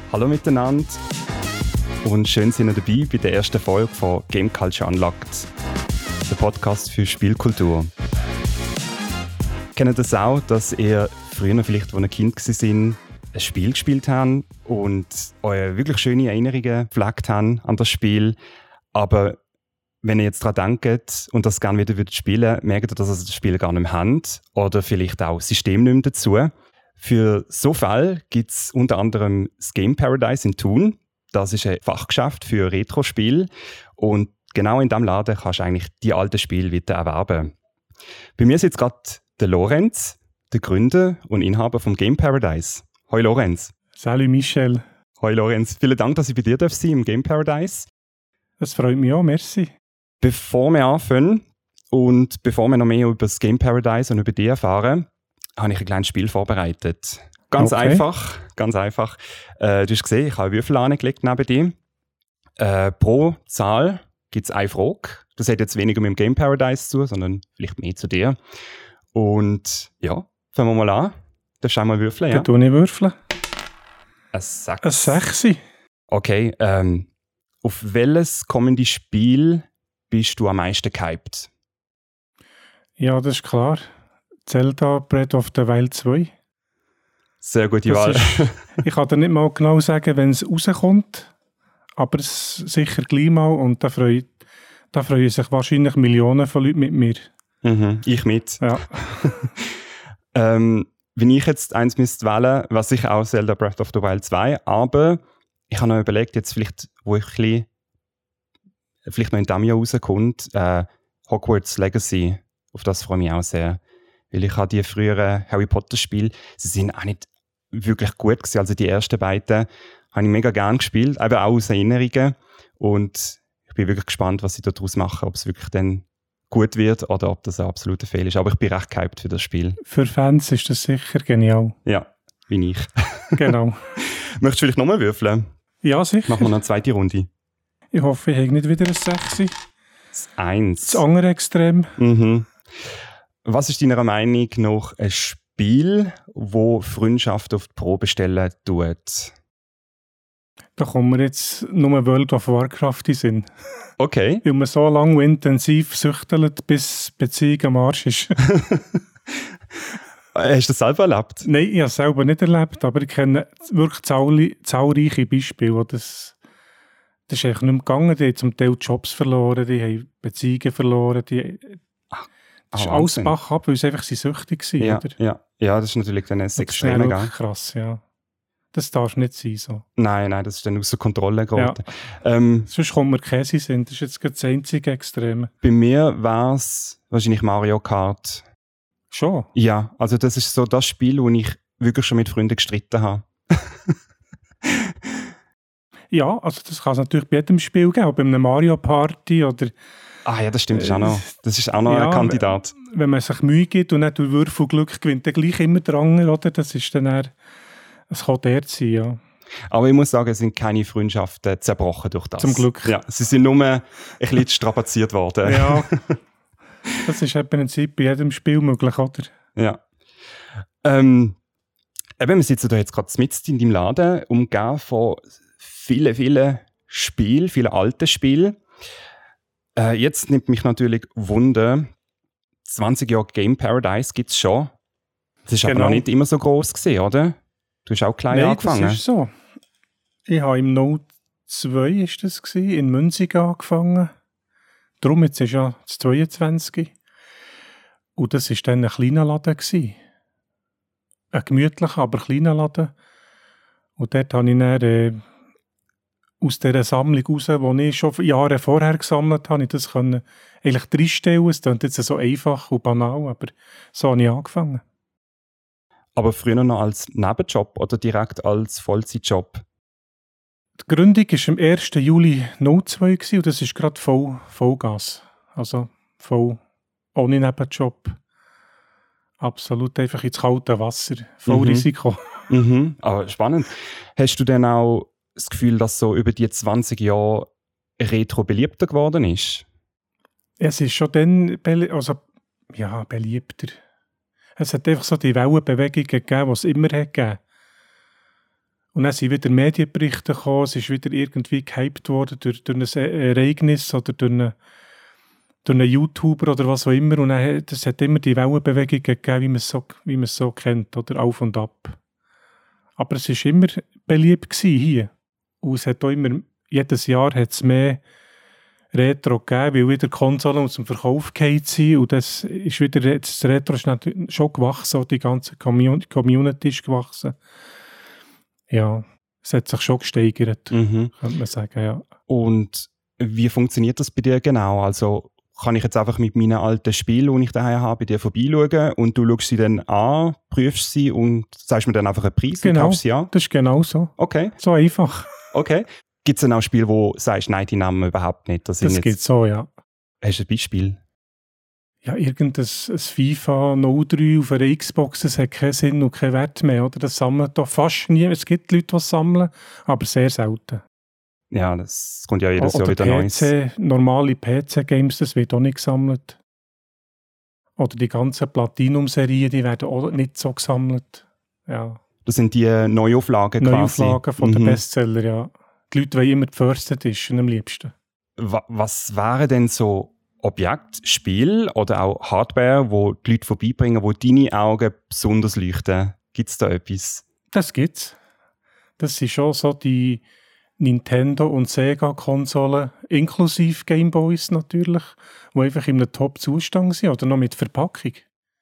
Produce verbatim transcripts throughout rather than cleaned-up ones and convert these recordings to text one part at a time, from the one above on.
Hallo miteinander und schön sind ihr dabei bei der ersten Folge von Game Culture Unlocked, der Podcast für Spielkultur. Kennt ihr das auch, dass ihr früher vielleicht, als ihr Kind war, ein Spiel gespielt habt und eure wirklich schöne Erinnerungen gepflegt habt an das Spiel, aber wenn ihr jetzt daran denkt und das gerne wieder spielen würdet, merkt ihr, dass ihr das Spiel gar nicht mehr habt oder vielleicht auch das System nicht mehr dazu. Für so Fall gibt es unter anderem das Game Paradise in Thun. Das ist ein Fachgeschäft für Retro-Spiele und genau in diesem Laden kannst du eigentlich die alten Spiele wieder erwerben. Bei mir ist jetzt gerade der Lorenz, der Gründer und Inhaber vom Game Paradise. Hoi Lorenz. Salut Michel. Hoi Lorenz. Vielen Dank, dass ich bei dir sein darf im Game Paradise. Das freut mich auch, merci. Bevor wir anfangen und bevor wir noch mehr über das Game Paradise und über dich erfahren, habe ich ein kleines Spiel vorbereitet. Ganz okay. einfach, ganz einfach. Äh, du hast gesehen, ich habe einen Würfel angelegt neben dir. Äh, pro Zahl gibt es eine Frage. Das hat jetzt weniger mit dem Game Paradise zu, sondern vielleicht mehr zu dir. Und ja, fangen wir mal an. Darfst du einmal würfeln, ja? Dann tue ich würfeln. Ein Sechs. Ein Sechsi. Okay, ähm, auf welches kommende Spiel bist du am meisten gehypt? Ja, das ist klar. Zelda Breath of the Wild zwei. Sehr gute Das Wahl. Ist, ich kann dir nicht mal genau sagen, wenn es rauskommt, aber es sicher gleich mal und da freuen, da freuen sich wahrscheinlich Millionen von Leuten mit mir. Mhm, ich mit. Ja. ähm, wenn ich jetzt eins müsste wählen, wäre sicher auch Zelda Breath of the Wild zwei, aber ich habe noch überlegt, jetzt vielleicht, wo ich ein bisschen, vielleicht noch in diesem Jahr rauskommt, äh, Hogwarts Legacy, auf das freue ich mich auch sehr. Weil ich habe die früheren Harry Potter Spiele, sie sind auch nicht wirklich gut gewesen. Also die ersten beiden habe ich mega gerne gespielt, aber auch aus Erinnerungen. Und ich bin wirklich gespannt, was sie daraus machen, ob es wirklich dann gut wird oder ob das ein absoluter Fehler ist. Aber ich bin recht gehypt für das Spiel. Für Fans ist das sicher genial. Ja, wie ich. Genau. Möchtest du vielleicht nochmal würfeln? Ja, sicher. Machen wir noch eine zweite Runde. Ich hoffe, ich habe nicht wieder ein Sechsi. Das Eins. Das andere Extrem. Mhm. Was ist deiner Meinung nach ein Spiel, wo Freundschaft auf die Probe stellen tut? Da kommen wir jetzt nur World of Warcraft in Sinn. Okay. Weil man so lange und intensiv süchtelt, bis die Beziehung am Arsch ist. Hast du das selber erlebt? Nein, ich habe es selber nicht erlebt, aber ich kenne wirklich zahl- zahlreiche Beispiele, wo das, das ist eigentlich nicht mehr gegangen. Die haben zum Teil Jobs verloren, die haben Beziehungen verloren, die, das ist Ah, alles Wahnsinn. Bach ab, weil sie einfach sie süchtig waren, Ja, oder? ja. ja, das ist natürlich dann ein Das ist Extreme, wirklich gell? krass, ja. Das darf nicht sein, so. Nein, nein, das ist dann außer Kontrolle geraten. Ja. Ähm, Sonst kommt mir Käse sind. Das ist jetzt gerade das einzige Extrem. bei mir war es wahrscheinlich Mario Kart. Schon? Ja, also das ist so das Spiel, wo ich wirklich schon mit Freunden gestritten habe. Ja, also das kann es natürlich bei jedem Spiel geben, auch bei einem Mario Party oder... Ah ja, das stimmt, das ist auch noch, das ist auch noch Ja, ein Kandidat. Wenn man sich Mühe gibt und nicht durch Würfel Glück gewinnt, dann gleich immer der andere, oder? Das ist dann eher, es kann der sein, ja. Aber ich muss sagen, es sind keine Freundschaften zerbrochen durch das. Zum Glück. Ja, sie sind nur ein bisschen strapaziert worden. Ja, das ist im Prinzip bei jedem Spiel möglich, oder? Ja. Ähm, eben, wir sitzen da jetzt gerade mitten in deinem Laden, umgeben von vielen, vielen Spielen, vielen alten Spielen. Äh, jetzt nimmt mich natürlich Wunder, zwanzig Jahre Game Paradise gibt es schon. Das ist Genau. aber noch nicht immer so gross gewesen, oder? Du hast auch klein Nein, angefangen. das ist so. Ich habe im Note zwei ist das gewesen, in Münzig angefangen. Darum jetzt ist ja das zweiundzwanzig. Und das war dann ein kleiner Laden gewesen. Ein gemütlicher, aber kleiner Laden. Und dort habe ich dann äh, aus dieser Sammlung raus, die ich schon Jahre vorher gesammelt habe, ich das können eigentlich reinstellen. Es klingt jetzt so einfach und banal, aber so habe ich angefangen. Aber früher noch als Nebenjob oder direkt als Vollzeitjob? Die Gründung war am ersten Juli null zwei und das ist gerade voll, Vollgas. Also voll ohne Nebenjob. Absolut einfach ins kalte Wasser. Voll Mhm. Risiko. Mhm. Aber spannend. Hast du denn auch das Gefühl, dass so über die zwanzig Jahre Retro beliebter geworden ist? Es ist schon dann belie- also, ja, beliebter. Es hat einfach so die Wellenbewegungen gegeben, die es immer hat gegeben. Und dann sind wieder Medienberichte gekommen, es ist wieder irgendwie gehypt worden durch, durch ein Ereignis oder durch einen, durch einen YouTuber oder was auch immer. Und dann, es hat immer die Wellenbewegungen gegeben, wie man es so, wie man es so kennt, oder auf und ab. Aber es war immer beliebt hier. Und es hat auch immer, jedes Jahr hat es mehr Retro gegeben, weil wieder Konsolen aus dem Verkauf gefallen sind. Und das ist wieder, das Retro ist natürlich schon gewachsen, die ganze Community ist gewachsen. Ja, es hat sich schon gesteigert, Mhm. könnte man sagen, ja. Und wie funktioniert das bei dir genau? Also kann ich jetzt einfach mit meinen alten Spielen, die ich daheim habe, bei dir vorbeischauen und du schaust sie dann an, prüfst sie und sagst mir dann einfach einen Preis Genau, und kaufst sie an? Das ist genau so. Okay. So einfach. Okay. Gibt es dann auch Spiele, wo du sagst, nein, die nehmen wir überhaupt nicht? Das, Das gibt es so, ja. Hast du ein Beispiel? Ja, irgendein ein FIFA null drei auf einer Xbox, das hat keinen Sinn und keinen Wert mehr, oder? Das sammelt doch fast nie. Es gibt Leute, die es sammeln, aber sehr selten. Ja, das kommt ja jedes Oder Jahr wieder P Neues. C, normale P C-Games, das wird auch nicht gesammelt. Oder die ganzen Platinum-Serien, die werden auch nicht so gesammelt. Ja. Das sind die Neuauflagen quasi. Neuauflagen von Mhm. den Bestsellern, ja. Die Leute wollen immer die First Edition am liebsten. Wa- Was wären denn so Objekte, Spiele oder auch Hardware, wo die Leute vorbeibringen, wo deine Augen besonders leuchten? Gibt es da etwas? Das gibt's. Das sind schon so die Nintendo- und Sega-Konsolen, inklusive Gameboys natürlich, die einfach in einem Top-Zustand sind oder noch mit Verpackung.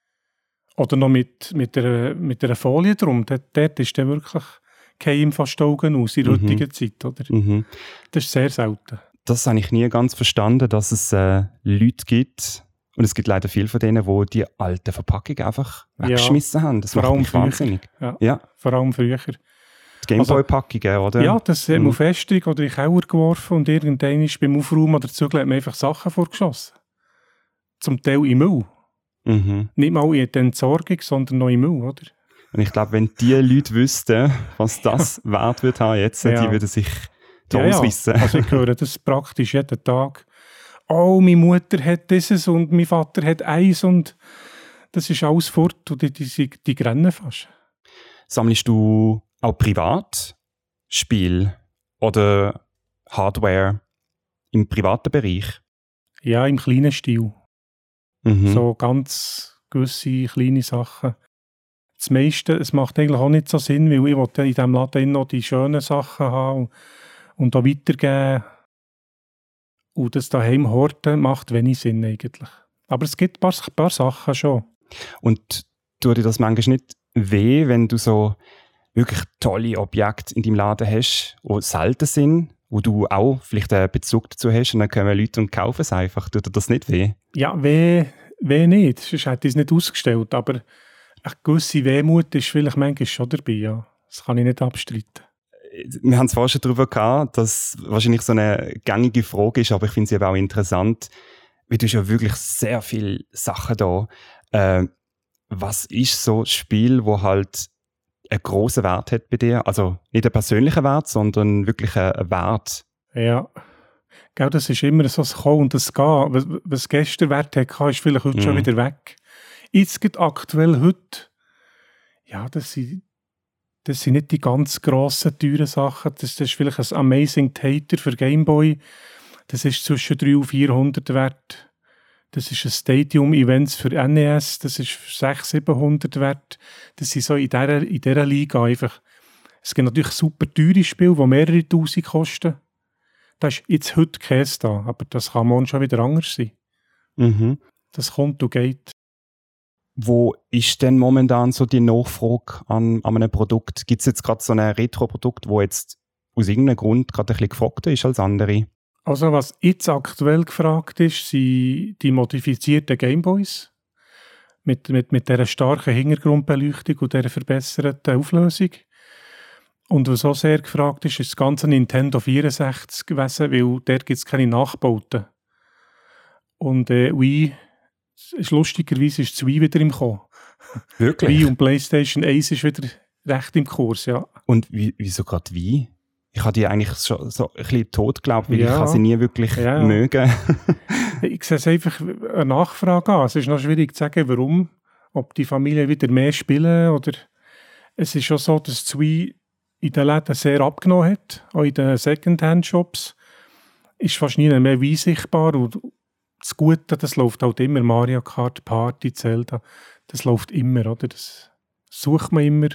Oder noch mit, mit, einer, mit einer Folie drum. Dort, dort ist dann wirklich kein fast Augen aus in der Mhm. heutigen Zeit. Oder? Mhm. Das ist sehr selten. Das habe ich nie ganz verstanden, dass es äh, Leute gibt, und es gibt leider viele von denen, die die alten Verpackungen einfach Ja, weggeschmissen haben. Das vor macht allem mich früher. wahnsinnig. Ja, Ja, vor allem früher. die Gameboy-Packungen, oder? Ja, das hat man Mhm. auf Festung oder in den Keller geworfen und irgendwann ist beim Aufräumen oder Zügeln hat man einfach Sachen vorgeschossen. Zum Teil im Müll. Mhm. Nicht mal in der Entsorgung, sondern noch im Müll, oder? Und ich glaube, wenn die Leute wüssten, was das wert wird haben jetzt, Ja. die würden sich da Ja, ja. ausrissen. Also ich höre das praktisch jeden Tag. Oh, meine Mutter hat dieses und mein Vater hat eins und das ist alles fort und die, die, die grennen fast. Sammelst du auch privat Spiel oder Hardware im privaten Bereich? Ja, im kleinen Stil. Mhm. So ganz gewisse kleine Sachen. Das meiste, es macht eigentlich auch nicht so Sinn, weil ich will in diesem Laden noch die schönen Sachen haben und, und auch weitergeben. Und das daheim horten macht wenig Sinn eigentlich. Aber es gibt ein paar, ein paar Sachen schon. Und tut dir das manchmal nicht weh, wenn du so wirklich tolle Objekte in deinem Laden hast, die selten sind, wo du auch vielleicht einen Bezug dazu hast und dann kommen Leute und kaufen es einfach. Tut dir das nicht weh? Ja, weh, weh nicht. Sonst hätte ich es nicht ausgestellt. Aber eine gewisse Wehmut ist vielleicht manchmal schon dabei. Ja. Das kann ich nicht abstreiten. Wir haben es vorhin schon darüber gehabt, dass wahrscheinlich so eine gängige Frage ist, aber ich finde sie aber auch interessant, weil du hast ja wirklich sehr viele Sachen da. Äh, was ist so ein Spiel, wo halt einen grossen Wert hat bei dir? Also nicht einen persönlichen Wert, sondern wirklich einen Wert. Ja. Gell, das ist immer so ein Kommen und das Gehen. Was, was gestern Wert hatte, ist vielleicht heute Mhm. schon wieder weg. Jetzt geht aktuell heute, ja, das sind, das sind nicht die ganz grossen, teuren Sachen. Das, das ist vielleicht ein Amazing Tater für Gameboy. Das ist zwischen dreihundert und vierhundert wert. Das ist ein Stadium-Events für N E S. Das ist sechshundert, siebenhundert wert. Das sind so in dieser, in dieser Liga einfach. Es gibt natürlich super teure Spiele, die mehrere Tausend kosten. Da ist jetzt heute Käse da, aber das kann morgen schon wieder anders sein. Mhm. Das kommt und geht. Wo ist denn momentan so die Nachfrage an, an einem Produkt? Gibt es jetzt gerade so ein Retro-Produkt, das jetzt aus irgendeinem Grund gerade ein bisschen gefragter ist als andere? Also was jetzt aktuell gefragt ist, sind die modifizierten Gameboys mit, mit, mit dieser starken Hintergrundbeleuchtung und dieser verbesserten Auflösung. Und was auch sehr gefragt ist, ist das ganze Nintendo vierundsechzig gewesen, weil dort gibt es keine Nachbauten. Und äh, Wii, ist lustigerweise ist das Wii wieder im Kommen. Wirklich? Wii und PlayStation eins ist wieder recht im Kurs, ja. Und wie, wieso gerade Wii? Ich habe die eigentlich schon so ein bisschen tot geglaubt, weil Ja. ich habe sie nie wirklich Ja. mögen. Ich sehe es einfach eine Nachfrage an. Es ist noch schwierig zu sagen, warum. Ob die Familie wieder mehr spielen oder... Es ist schon so, dass das Wii in den Läden sehr abgenommen hat, auch in den Secondhand-Shops, ist fast nie mehr wie sichtbar. Und das Gute, das läuft halt immer. Mario Kart, Party, Zelda, das läuft immer, oder? Das sucht man immer.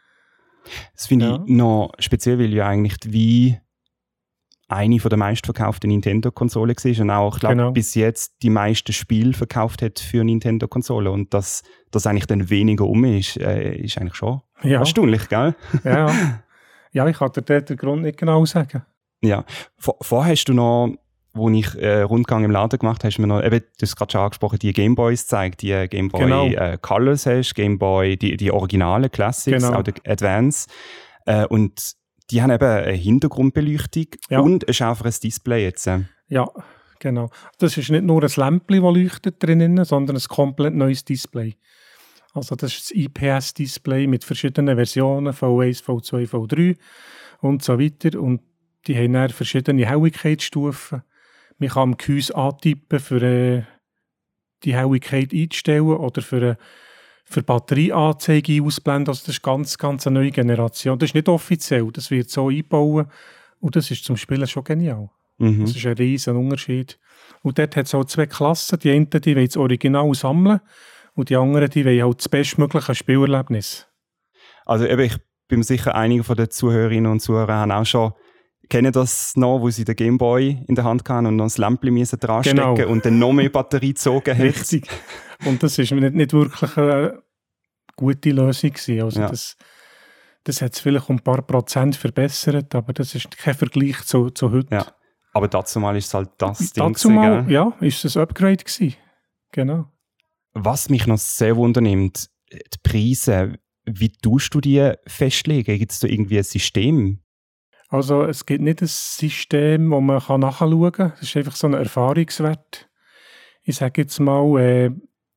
Das finde Ja. ich noch speziell, weil ja eigentlich die Wii eine der meistverkauften Nintendo-Konsolen war und auch, ich glaube, Genau. bis jetzt die meisten Spiele verkauft hat für Nintendo-Konsolen. Und dass das eigentlich dann weniger um ist, äh, ist eigentlich schon Ja. erstaunlich, gell? Ja. Ja, ich kann dir dort den Grund nicht genau sagen. Ja. Vor, vorher hast du noch, wo ich äh, Rundgang im Laden gemacht habe, hast du mir noch, eben, du hast gerade schon angesprochen, die Gameboys gezeigt, die Gameboy Genau. äh, Colors hast, Gameboy, die, die originalen Classics, Genau. auch die Advance. Äh, und die haben eben eine Hintergrundbeleuchtung Ja. und ein schärferes Display jetzt. äh. Ja, genau. Das ist nicht nur ein Lämpchen, das leuchtet drinnen, sondern ein komplett neues Display. Also das ist das I P S-Display mit verschiedenen Versionen, V eins, V zwei, V drei und so weiter. Und die haben dann verschiedene Helligkeitsstufen. Man kann am Gehäuse antippen, für äh, die Helligkeit einzustellen oder für, äh, für Batterieanzeige ausblenden. Also das ist ganz, ganz eine neue Generation. Das ist nicht offiziell, das wird so einbauen. Und das ist zum Spielen schon genial. Mhm. Das ist ein riesen Unterschied. Und dort hat es auch zwei Klassen. Die einen, die wollen das Original sammeln und die anderen, die wollen halt das bestmögliche Spielerlebnis. Also eben, ich bin mir sicher, einige von den Zuhörerinnen und Zuhörer haben auch schon kennen das noch, wo sie den Gameboy in der Hand hatten und noch ein Lämpchen müssen dran stecken Genau. und dann noch mehr Batterie gezogen hat. Richtig. Und das war nicht, nicht wirklich eine gute Lösung gewesen. Also Ja. das, das hat es vielleicht um ein paar Prozent verbessert, aber das ist kein Vergleich zu, zu heute. Ja. Aber dazu mal ist es halt das Ding. Dazu mal, gewesen, gell? ja, ist es ein Upgrade gewesen. Genau. Was mich noch sehr wundernimmt, die Preise, wie tust du die festlegen? Gibt es da irgendwie ein System? Also es gibt nicht ein System, wo man kann nachschauen kann. Es ist einfach so ein Erfahrungswert. Ich sage jetzt mal, äh,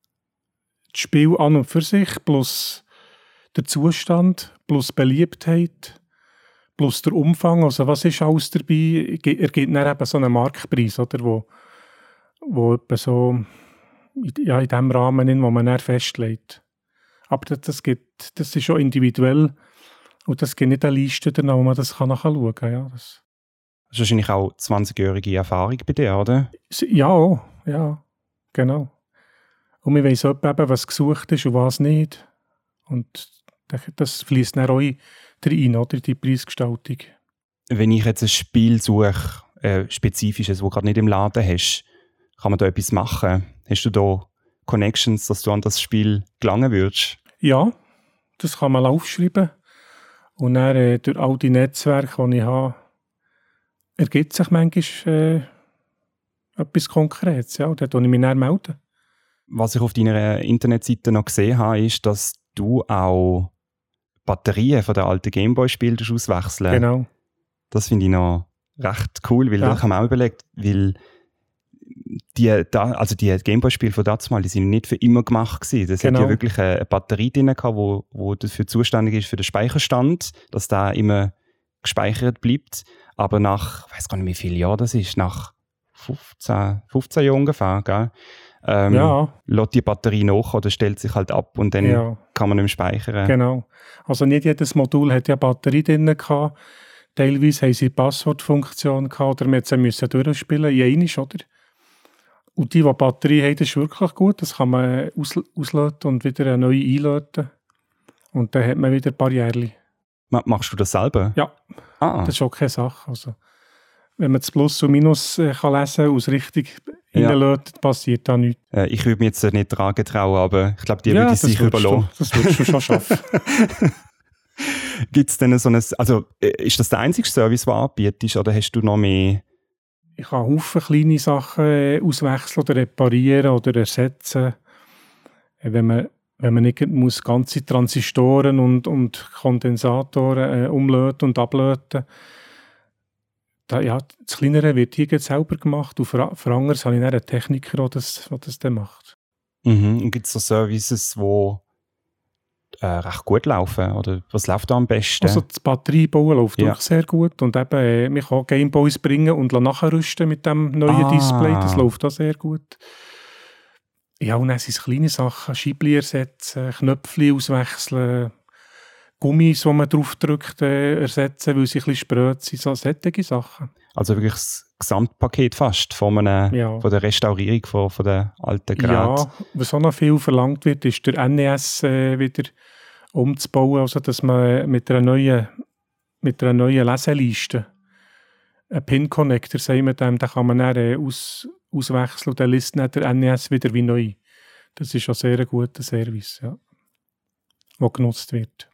das Spiel an und für sich plus der Zustand, plus Beliebtheit, plus der Umfang. Also was ist alles dabei? Ge- Ergibt dann eben so einen Marktpreis, oder, wo, wo etwa so ja, in dem Rahmen, in, wo man dann festlegt. Aber das, das, gibt, das ist schon individuell. Und es gibt nicht eine Liste, danach, wo man das kann nachschauen kann. Ja, das, Das ist wahrscheinlich auch zwanzigjährige Erfahrung bei dir, oder? ja, auch. Ja, genau. Und wir wissen eben, was gesucht ist und was nicht. Und das fließt dann auch rein, oder, die Preisgestaltung. Wenn ich jetzt ein Spiel suche, äh, spezifisches, das du gerade nicht im Laden hast, kann man da etwas machen? Hast du da Connections, dass du an das Spiel gelangen würdest? Ja, das kann man aufschreiben. Und dann äh, durch all die Netzwerke, die ich habe, ergibt sich manchmal äh, etwas Konkretes. Ja, und dort muss ich mich dann melden. Was ich auf deiner Internetseite noch gesehen habe, ist, dass du auch Batterien von den alten Gameboy-Spielen auswechseln. Genau. Das finde ich noch recht cool, weil Ja. da habe ich mir auch überlegt, weil die, da, also die Gameboy-Spiele von damals, die sind nicht für immer gemacht gewesen. Das Genau. hat ja wirklich eine, eine Batterie drin gehabt, wo, wo dafür zuständig ist für den Speicherstand, dass der immer gespeichert bleibt. Aber nach, ich weiß gar nicht, wie viele Jahre das ist, nach fünfzehn, fünfzehn Jahren ungefähr, gell? Ähm, Ja. lädt die Batterie nach oder stellt sich halt ab und dann Ja. kann man nicht mehr speichern. Genau. Also nicht jedes Modul hat ja Batterie drin gehabt. Teilweise haben sie Passwortfunktion gehabt oder man musste sie müssen durchspielen, jeinisch, oder? Und die, die Batterie haben, das ist wirklich gut. Das kann man aus, auslöten und wieder eine neue einlöten. Und dann hat man wieder ein paar Jährchen. Ma- Machst du das selber? Ja, Ah, das ist auch keine Sache. Also, wenn man das Plus und Minus äh, kann lesen aus Richtung Ja. reinlötet, passiert da nichts. äh, ich würde mir jetzt nicht dran trauen, aber ich glaube, die Ja, würde ich das sich würdest überlassen. du, das würdest du schon schaffen. Gibt es denn so ein, also äh, ist das der einzige Service, den du anbietest, oder hast du noch mehr? Ich kann Haufen kleine Sachen äh, auswechseln oder reparieren oder ersetzen. Äh, Wenn man, wenn man nicht muss ganze Transistoren und, und Kondensatoren äh, umlöten und ablöten. Da, ja, das Kleinere wird hier jetzt selber gemacht und für, für anderes habe ich dann einen Techniker, der das, der das dann macht. Mhm. Und gibt es so Services, die äh, recht gut laufen? Oder was läuft da am besten? Also das Batteriebauen läuft Ja. wirklich sehr gut und eben, äh, man kann Gameboys bringen und nachrüsten mit dem neuen Ah. Display, das läuft auch sehr gut. Ja, und dann sind es kleine Sachen, Scheibli ersetzen, Knöpfchen auswechseln, Gummis, die man drauf drückt, äh, ersetzen, weil sie ein bisschen spröd sind, so solche Sachen. Also wirklich das Gesamtpaket fast von, einem, Ja. von der Restaurierung von, von der alten Geräten. Ja, was auch noch viel verlangt wird, ist der N E S äh, wieder umzubauen, also dass man mit einer neuen, mit einer neuen Leseliste einen Pin-Connector, sagen wir dem, den kann man dann äh, aus, auswechseln und dann liest dann der N E S wieder wie neu. Das ist ein sehr guter Service, ja, der genutzt wird.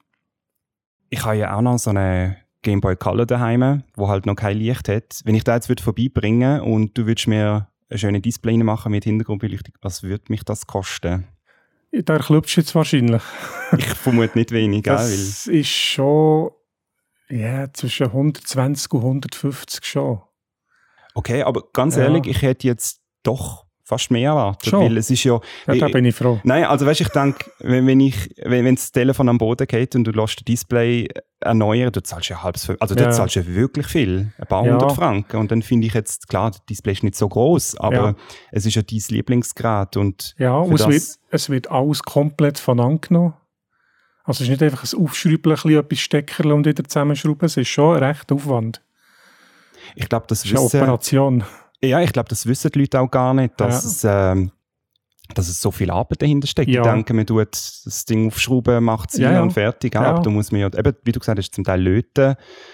Ich habe ja auch noch so eine Game Boy Color daheim, wo halt noch kein Licht hat. Wenn ich da jetzt würde vorbeibringen und du würdest mir ein schönes Display machen mit Hintergrundbeleuchtung, was würde mich das kosten? Da klopfst du jetzt wahrscheinlich. Ich vermute nicht wenig, gell? Das ist schon ja, zwischen hundertzwanzig und hundertfünfzig schon. Okay, aber ganz Ja. ehrlich, ich hätte jetzt doch fast mehr erwartet. Schon? Weil es ist ja... Ja, da bin ich froh. Nein, also weißt, ich denke, wenn, wenn, ich, wenn, wenn das Telefon am Boden geht und du lässt das Display erneuern, du zahlst ja halbes, also du Ja. zahlst ja wirklich viel, ein paar Ja. hundert Franken. Und dann finde ich jetzt, klar, das Display ist nicht so groß, aber Ja. es ist ja dein Lieblingsgerät und Ja, für und es das- wird, es wird alles komplett voneinander genommen. Also es ist nicht einfach ein Aufschrauben, ein bisschen etwas Steckerl und wieder zusammenschrauben, es ist schon ein rechter Aufwand. ich glaube, das Es ist eine wissen, Operation. ja, ich glaube, das wissen die Leute auch gar nicht, dass Ja. es, ähm, dass es so viel Arbeit dahinter steckt. Ja. Ich denke, man tut das Ding aufschrauben, macht es Ja, rein ja. und fertig. Ja. Ja. Aber da muss man ja, eben, wie du gesagt hast, zum Teil löten.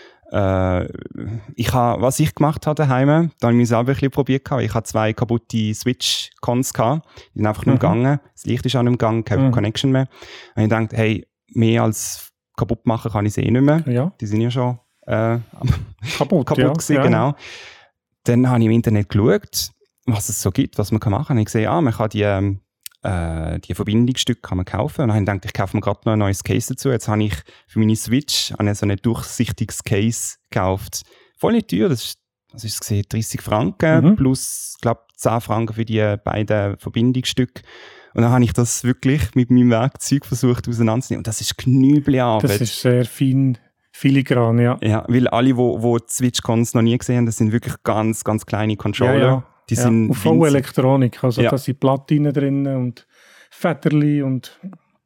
Äh, ich ha, was ich gemacht habe daheim, da habe ich mich selber ein bisschen probiert. Ich hatte zwei kaputte Switch-Cons gehabt. Die sind einfach nicht Mhm. gegangen. Das Licht ist auch nicht gegangen, keine Mhm. Connection mehr. Und ich dachte, hey, mehr als kaputt machen kann ich sie eh nicht mehr. Ja, Die sind ja schon äh, am kaputt. kaputt ja. gewesen, ja. genau. Dann habe ich im Internet geschaut, was es so gibt, was man kann machen kann. Ich gesehen, ah, man kann die, ähm, äh, die Verbindungsstücke kann man kaufen. Und dann habe ich gedacht, ich kaufe mir gerade noch ein neues Case dazu. Jetzt habe ich für meine Switch eine, so ein durchsichtiges Case gekauft. Voll nicht teuer, das ist, was ist es gesehen, dreissig Franken Mhm. plus, ich glaube, zehn Franken für die beiden Verbindungsstücke. Und dann habe ich das wirklich mit meinem Werkzeug versucht auseinanderzunehmen. Und das ist Knüppelarbeit. Das ist sehr fein, filigran, ja. Ja, weil alle, die wo, wo die Switch-Cons noch nie gesehen haben, das sind wirklich ganz, ganz kleine Controller. Ja, ja. Die ja. sind und voll winzig. Elektronik, also Ja. da sind Platinen drin und Federli und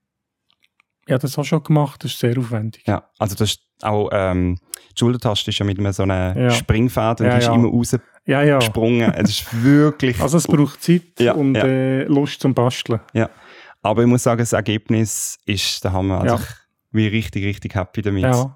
ja, das auch schon gemacht, das ist sehr aufwendig. Ja, also das ist auch, ähm, die Schultertaste ist ja mit einem so einem Ja. Springfäden, Ja, die ist ja. immer rausgesprungen. Ja, ja. Es ist wirklich... Also es braucht Zeit Ja, und ja. Äh, Lust zum Basteln. Ja, aber ich muss sagen, das Ergebnis ist, da haben wir also Ja. ich bin richtig, richtig happy damit. Ja.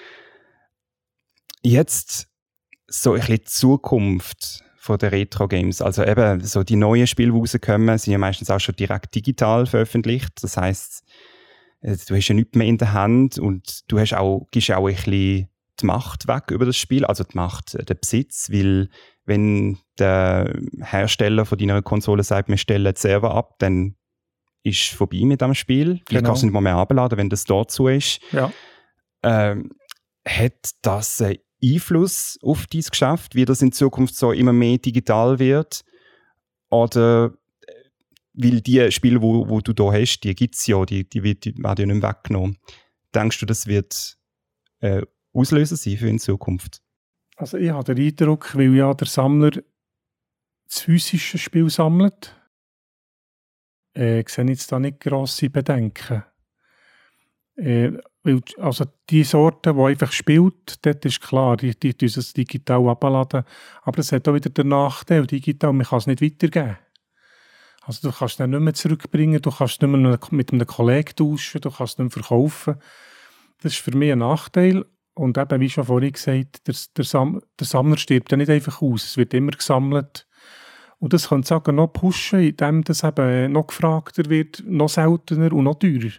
Jetzt so ein bisschen die Zukunft von den Retro-Games. Also eben, so die neuen Spiele, die rauskommen, sind ja meistens auch schon direkt digital veröffentlicht. Das heisst, du hast ja nichts mehr in der Hand und du hast auch, gibst auch ein bisschen die Macht weg über das Spiel, also die Macht, den Besitz, weil wenn der Hersteller von deiner Konsole sagt, wir stellen den Server ab, dann ist vorbei mit dem Spiel. Vielleicht Genau. kannst du nicht mal mehr abladen, wenn das dort so ist. Ja. Ähm, hat das einen Einfluss auf dein Geschäft, wie das in Zukunft so immer mehr digital wird? Oder äh, weil die Spiele, wo, wo du da hast, die gibt es ja, die, die, wird, die werden ja nicht mehr weggenommen. Denkst du, das wird äh, Auslöser sein für in Zukunft? Also ich habe den Eindruck, weil ja der Sammler das physische Spiel sammelt, äh, sehe ich jetzt da nicht grosse Bedenken. Äh, weil, also die Sorte, die einfach spielt, dort ist klar, die, die tun es digital abladen. Aber es hat auch wieder den Nachteil, digital, man kann es nicht weitergeben. Also du kannst es dann nicht mehr zurückbringen, du kannst es nicht mehr mit einem Kollegen tauschen, du kannst es nicht mehr verkaufen. Das ist für mich ein Nachteil. Und eben, wie schon vorhin gesagt, der, der, Sam, der Sammler stirbt ja nicht einfach aus, es wird immer gesammelt. Und das könnte sagen, noch pushen, indem das eben noch gefragter wird, noch seltener und noch teurer.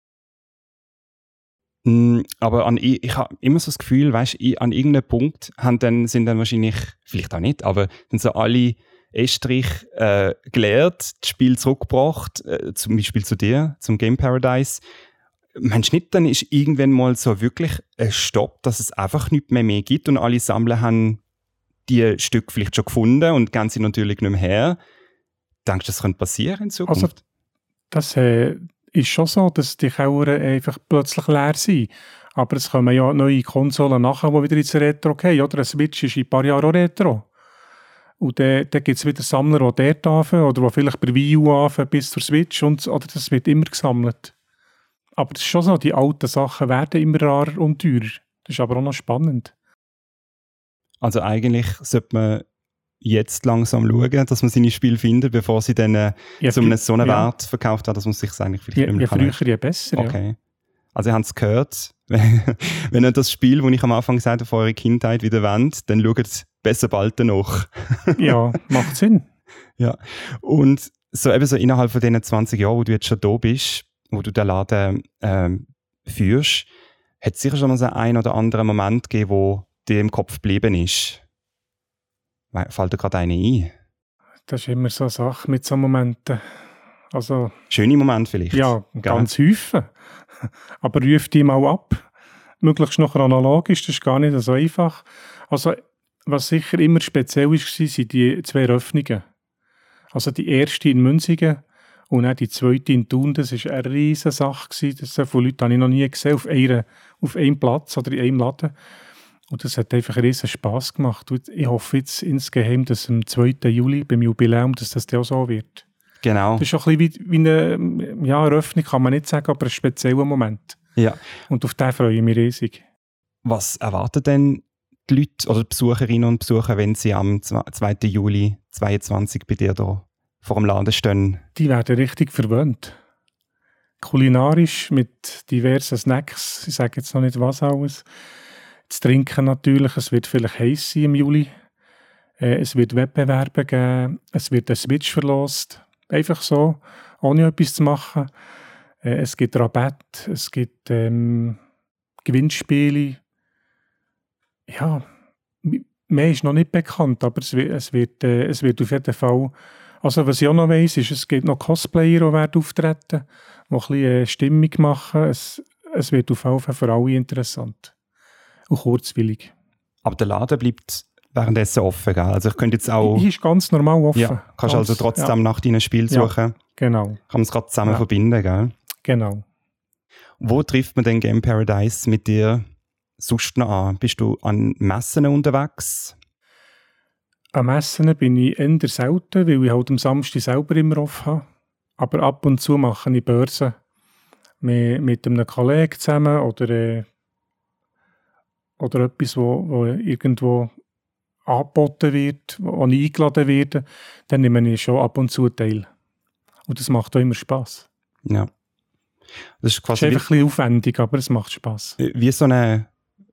Mm, aber an, ich, ich habe immer so das Gefühl, weißt, ich, an irgendeinem Punkt haben dann, sind dann wahrscheinlich, vielleicht auch nicht, aber dann so alle Estrich äh, gelehrt, das Spiel zurückgebracht, äh, zum Beispiel zu dir, zum Game Paradise. Meinst du nicht, dann ist irgendwann mal so wirklich ein Stopp, dass es einfach nicht mehr mehr gibt und alle Sammler haben die Stücke vielleicht schon gefunden und gehen sie natürlich nicht mehr her. Denkst du, das könnte passieren in Zukunft? Also, das äh, ist schon so, dass die Keller einfach plötzlich leer sind. Aber es kommen ja neue Konsolen nachher, die wieder ins Retro gehen. Oder ein Switch ist in ein paar Jahren auch Retro. Und dann, dann gibt es wieder Sammler, die dort anfangen oder die vielleicht bei Wii U anfangen bis zur Switch. Und, oder das wird immer gesammelt. Aber es ist schon so, die alten Sachen werden immer rarer und teurer. Das ist aber auch noch spannend. Also eigentlich sollte man jetzt langsam schauen, dass man seine Spiele findet, bevor sie dann äh, Ja, zu einem so einen ja. Wert verkauft werden, dass man sich eigentlich vielleicht Je, nicht je mehr kann früher, je besser. Okay. Also ihr habt es gehört, wenn ihr das Spiel, das ich am Anfang gesagt habe, von eurer Kindheit wieder wollt, dann schaut besser bald danach. Ja. ja, macht Sinn. Ja. Und so eben so innerhalb von diesen zwanzig Jahren, wo du jetzt schon da bist, wo du den Laden ähm, führst, hat es sicher schon mal so einen oder anderen Moment gegeben, wo dir im Kopf geblieben ist. Fällt dir gerade einer ein? Das ist immer so eine Sache mit so Momenten. Also, schöne Momente vielleicht? Ja, gell? ganz häufig. Aber ruf die mal ab. Möglichst noch chronologisch, das ist gar nicht so einfach. Also, was sicher immer speziell war, sind die zwei Eröffnungen. Also die erste in Münzigen und dann die zweite in Thun. Das war eine riesige Sache. Das so viele Leute habe ich noch nie gesehen, auf, einer, auf einem Platz oder in einem Laden. Und das hat einfach riesen Spass gemacht. Und ich hoffe jetzt insgeheim, dass am zweiten Juli beim Jubiläum, dass das dann auch so wird. Genau. Das ist schon ein bisschen wie, wie eine ja, Eröffnung, kann man nicht sagen, aber ein spezieller Moment. Ja. Und auf den freue ich mich riesig. Was erwarten denn die Leute oder die Besucherinnen und Besucher, wenn sie am zweiten Juli zweitausendzweiundzwanzig bei dir da vor dem Laden stehen? Die werden richtig verwöhnt. Kulinarisch mit diversen Snacks, ich sage jetzt noch nicht was alles. Das Trinken natürlich, es wird vielleicht heiß sein im Juli. Äh, es wird Wettbewerbe geben, es wird ein Switch verlost. Einfach so, ohne etwas zu machen. Äh, es gibt Rabatt, es gibt ähm, Gewinnspiele. Ja, mehr ist noch nicht bekannt, aber es wird, es wird, äh, es wird auf jeden Fall... Also was ich auch noch weiss, ist, es gibt noch Cosplayer, die werden auftreten, die ein bisschen äh, Stimmung machen. Es, es wird auf jeden Fall für alle interessant. Und kurzwillig. Aber der Laden bleibt währenddessen offen, gell? Also ich könnte jetzt auch... Hier ist ganz normal offen. Ja, kannst ganz, also trotzdem ja. nach deinem Spiel ja, suchen. Genau. Kann man es gerade zusammen ja. verbinden, gell? Genau. Wo trifft man denn Game Paradise mit dir sonst noch an? Bist du an Messen unterwegs? An Messen bin ich eher selten, weil ich halt am Samstag selber immer offen habe. Aber ab und zu mache ich Börsen mit, mit einem Kollegen zusammen oder, äh, oder etwas, wo, wo irgendwo angeboten wird, wo ich eingeladen werde. Dann nehme ich schon ab und zu teil. Und das macht auch immer Spass. Ja. Das ist quasi es ist einfach ein bisschen aufwendig, aber es macht Spass. Wie so eine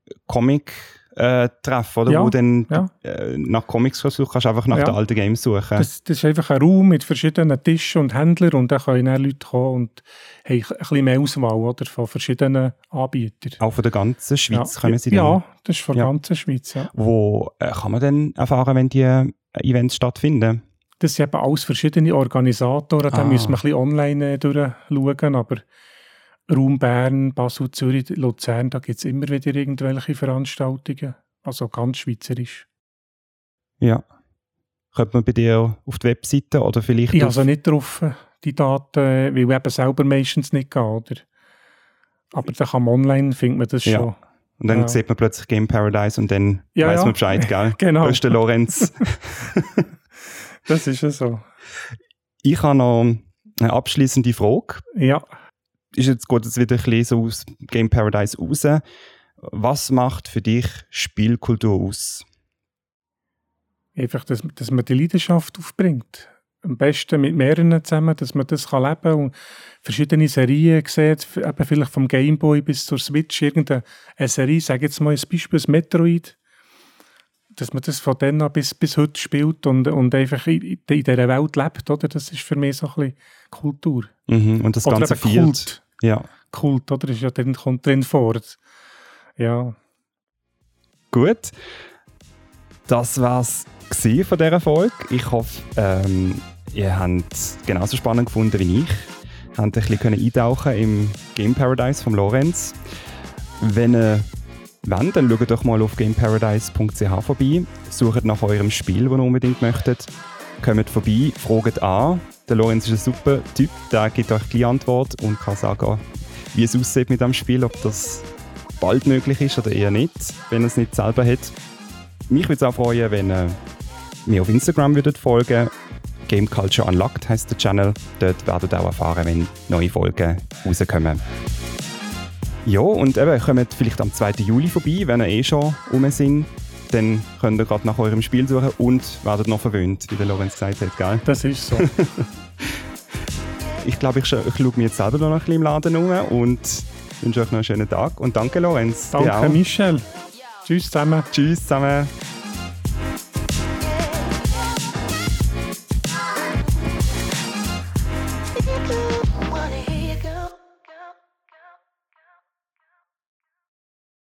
Comic-Treff, oder? Ja, Wo dann ja. äh, nach Comics suchen kannst, einfach nach ja. den alten Games suchen. Das, das ist einfach ein Raum mit verschiedenen Tischen und Händlern und da können dann Leute kommen und haben ein bisschen mehr Auswahl, oder, von verschiedenen Anbietern. Auch von der ganzen Schweiz ja. können sie dann? Ja, das ist von der ja. ganzen Schweiz. Ja. Wo äh, kann man denn erfahren, wenn die äh, Events stattfinden? Das sind eben alles verschiedene Organisatoren, ah. da müssen wir ein bisschen online äh, durchschauen, aber Raum Bern, Basel, Zürich, Luzern, da gibt es immer wieder irgendwelche Veranstaltungen. Also ganz schweizerisch. Ja. Könnte man bei dir auf die Webseite oder vielleicht... Ich habe also nicht drauf, die Daten, weil ich eben selber meistens nicht gehe, oder? Aber da kann man online, findet man das ja. schon. Und dann ja. sieht man plötzlich Game Paradise und dann ja, weiss ja. man Bescheid, gell? Genau. Da ist der Lorenz. Das ist ja so. Ich habe noch eine abschließende Frage. Ja. Ist jetzt, geht jetzt wieder ein bisschen so aus Game Paradise raus. Was macht für dich Spielkultur aus? Einfach, dass, dass man die Leidenschaft aufbringt. Am besten mit mehreren zusammen, dass man das kann leben kann und verschiedene Serien sieht, eben vielleicht vom Gameboy bis zur Switch, irgendeine Serie, sage jetzt mal ein Beispiel, das Metroid, dass man das von dann an bis, bis heute spielt und, und einfach in, in dieser Welt lebt, oder? Das ist für mich so ein bisschen Kultur. Mhm. Und das oder ganze Kult. Ja. Kult, oder? Das ist ja dann, kommt drin vor. Ja. Gut. Das war's von dieser Folge. Ich hoffe, ähm, ihr habt es genauso spannend gefunden wie ich. Ihr habt ein bisschen eintauchen im Game Paradise von Lorenz. Wenn ihr wollt, dann schaut doch mal auf gameparadise punkt c h vorbei. Sucht nach eurem Spiel, das ihr unbedingt möchtet. Kommt vorbei, fragt an. Der Lorenz ist ein super Typ, der gibt euch gleich Antwort und kann sagen, wie es aussieht mit dem Spiel, ob das bald möglich ist oder eher nicht, wenn er es nicht selber hat. Mich würde es auch freuen, wenn ihr mir auf Instagram würdet folgen. Game Culture Unlocked heisst der Channel. Dort werdet ihr auch erfahren, wenn neue Folgen rauskommen. Ja, und eben, kommt vielleicht am zweiten Juli vorbei, wenn ihr eh schon rum sind. Dann könnt ihr gerade nach eurem Spiel suchen und werdet noch verwöhnt, wie der Lorenz gesagt hat, gell? Das ist so. Ich glaube, ich, scha- ich schaue mir jetzt selber noch ein bisschen im Laden um und wünsche euch noch einen schönen Tag. Und danke, Lorenz. Danke, Michel. Tschüss zusammen. Tschüss zusammen.